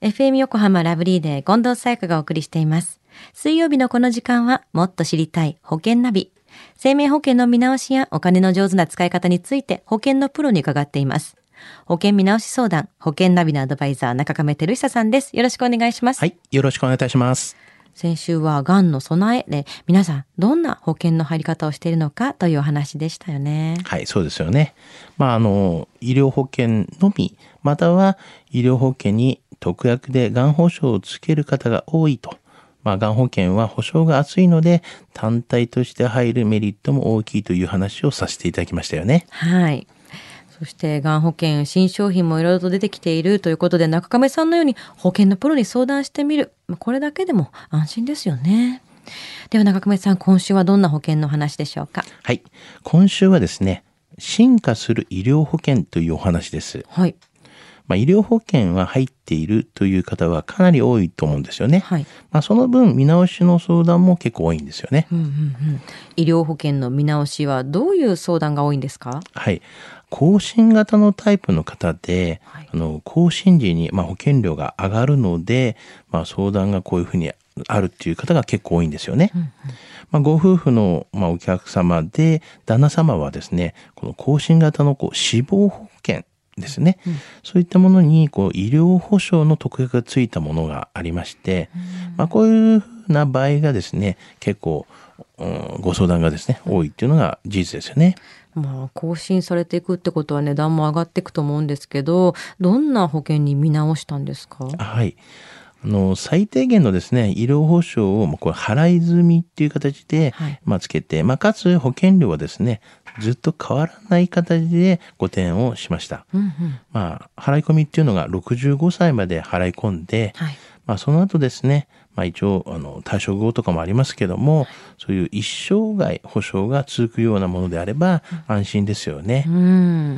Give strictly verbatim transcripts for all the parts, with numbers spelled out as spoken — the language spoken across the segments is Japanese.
エフエム 横浜ラブリーで近藤沙耶香がお送りしています。水曜日のこの時間はもっと知りたい保険ナビ。生命保険の見直しやお金の上手な使い方について保険のプロに伺っています。保険見直し相談、保険ナビのアドバイザー中亀照久さんです。よろしくお願いします。 はい、よろしくお願いいたします。 先週はがんの備えで皆さんどんな保険の入り方をしているのかというお話でしたよね。 はい、そうですよね。まああの医療保険のみまたは医療保険に特約でがん保証をつける方が多いと。まあがん保険は保証が厚いので単体として入るメリットも大きいという話をさせていただきましたよね。 はい。そしてがん保険新商品もいろいろと出てきているということで中亀さんのように保険のプロに相談してみる、これだけでも安心ですよね。では中亀さん、今週はどんな保険の話でしょうか。 はい、今週はですね、進化する医療保険というお話です。 はい。 まあ、医療保険は入っているという方はかなり多いと思うんですよね。 はい。 まあ、その分見直しの相談も結構多いんですよね。 うんうんうん、医療保険の見直しはどういう相談が多いんですか。 はい。更新型のタイプの方で、はい、あの更新時に、まあ、保険料が上がるので、まあ、相談がこういうふうにあるっていう方が結構多いんですよね。うんうん、まあ、ご夫婦の、まあ、お客様で旦那様はですね、この更新型のこう死亡保険ですね、うん、そういったものにこう医療保障の特約がついたものがありまして、うん、まあ、こういうふうな場合がですね結構、うん、ご相談がですね多いっていうのが事実ですよね。 まあ、更新されていくってことは値段も上がっていくと思うんですけど、どんな保険に見直したんですか。 はい。あの最低限のですね医療保障をこれ払い済みっていう形で、はい、まあ、つけて、まあ、かつ保険料はですねずっと変わらない形でご提案をしました。うんうん、まあ、払い込みっていうのがろくじゅうごさいまで払い込んで、はい、まあ、その後ですね、まあ、一応あの退職後とかもありますけども、はい、そういう一生涯保障が続くようなものであれば安心ですよね。うん、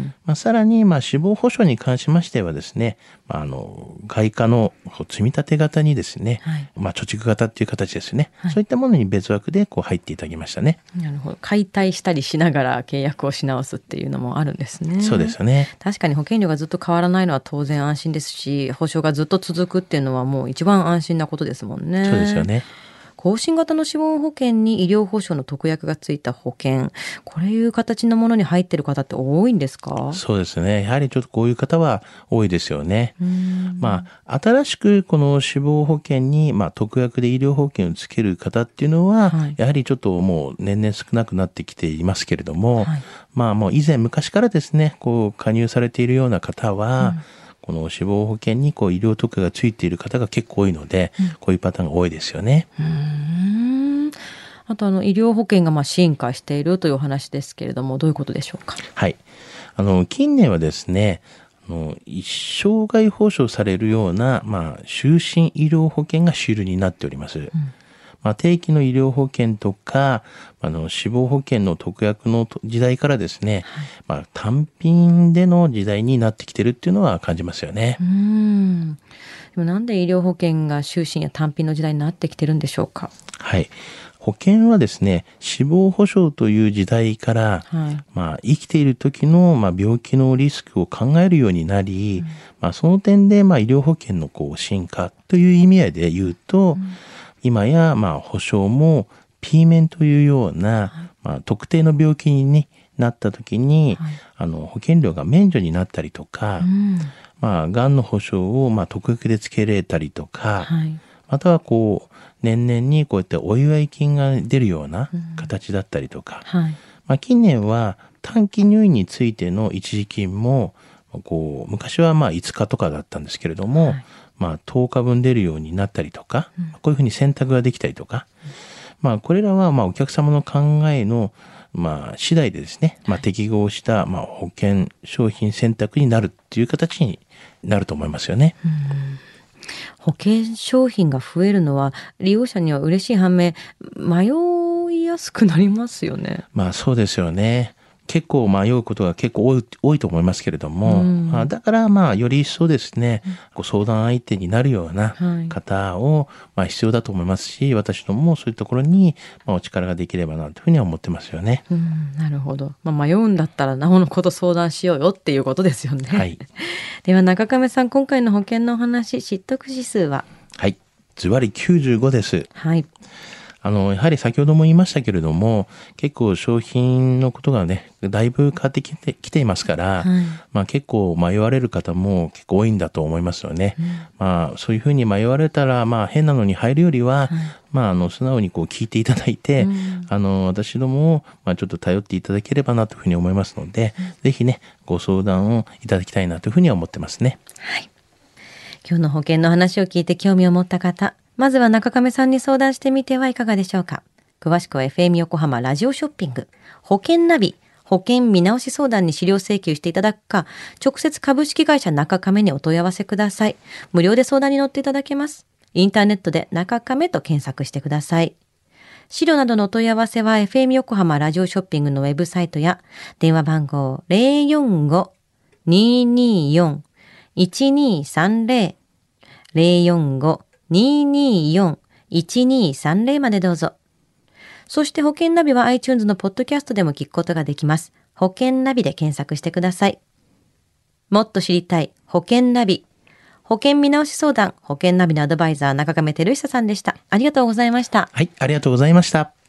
まあ、さらに、まあ、死亡保障に関しましてはですね、まあ、あの外貨の積み立て型にですね、はい、まあ、貯蓄型っていう形ですね、はい、そういったものに別枠でこう入っていただきましたね。 なるほど。解体したりしながら契約をし直すっていうのもあるんですね。 そうですよね。 確かに保険料がずっと変わらないのは当然安心ですし、保証がずっと続くっていうのはもう一番安心なことですもんね。 そうですよね。 更新型の死亡保険に医療保障の特約がついた保険、これいう形のものに入っている方って多いんですか。 そうですね。やはりちょっとこういう方は多いですよね。まあ、新しくこの死亡保険に、まあ、特約で医療保険をつける方っていうのは、はい、やはりちょっともう年々少なくなってきていますけれども、はい、まあもう以前昔からですね、こう加入されているような方は、うん、この死亡保険にこう医療特約がついている方が結構多いので、うん、こういうパターンが多いですよね。 うーん、あとあの医療保険がまあ進化しているというお話ですけれども、どういうことでしょうか。はい。 あの近年はですね、あの一生涯保障されるような、まあ、終身医療保険が主流になっております。うん、まあ、定期の医療保険とかあの死亡保険の特約の時代からですね、はい、まあ、単品での時代になってきてるっていうのは感じますよね。 うーん、でもなんで医療保険が終身や単品の時代になってきてるんでしょうか。 はい。保険はですね、死亡保障という時代から、はい、まあ、生きている時の、まあ、病気のリスクを考えるようになり、うん、まあ、その点で、まあ、医療保険のこう進化という意味合いで言うと、うん、今や、まあ、保障も P 面というような、はい、まあ、特定の病気になった時に、はい、あの保険料が免除になったりとか、うん、まあ、がんの保障を、まあ、特約でつけれたりとか、はい、またはこう年々にこうやってお祝い金が出るような形だったりとか、うん、はい、まあ、近年は短期入院についての一時金もこう昔はまあいつかとかだったんですけれども、はい、まあ、とおかぶん出るようになったりとか、うん、こういうふうに選択ができたりとか、うん、まあ、これらはまあお客様の考えのまあ次第でですね、まあ、適合したまあ保険商品選択になるっていう形になると思いますよね。うん、 保険商品が増えるのは利用者には嬉しい反面迷いやすくなりますよね。 まあそうですよね。 結構迷うことが結構多い、多いと思いますけれども、まあ、だからまあより一層ですね、ご相談相手になるような方をまあ必要だと思いますし、私どももそういうところにまあお力ができればなというふうには思ってますよね。 うん、なるほど。まあ、迷うんだったらなおのこと相談しようよっていうことですよね。 はい。 では中亀さん、今回の保険のお話、知得指数は？ はい。ズバリきゅうじゅうごです。 はい。 あの、やはり先ほども言いましたけれども、結構商品のことがね、だいぶ変わってきて、きていますから、はい、まあ結構迷われる方も結構多いんだと思いますよね。うん、まあそういうふうに迷われたら、まあ変なのに入るよりは、はい、まああの素直にこう聞いていただいて、うん、あの私どもをまあちょっと頼っていただければなというふうに思いますので、うん、ぜひね、ご相談をいただきたいなというふうには思ってますね。 はい。今日の保険の話を聞いて興味を持った方、まずは中亀さんに相談してみてはいかがでしょうか。詳しくは エフエム 横浜ラジオショッピング、保険ナビ、保険見直し相談に資料請求していただくか、直接株式会社中亀にお問い合わせください。無料で相談に乗っていただけます。インターネットで中亀と検索してください。資料などのお問い合わせは エフエム 横浜ラジオショッピングのウェブサイトや電話番号 ゼロよんご にーにーよん いちにーさんゼロ ゼロよんご にーにーよん いちにーさんゼロ までどうぞ。そして保険ナビは iTunes のポッドキャストでも聞くことができます。保険ナビで検索してください。もっと知りたい保険ナビ。保険見直し相談、保険ナビのアドバイザー中亀照久さんでした。ありがとうございました。 はい、ありがとうございました。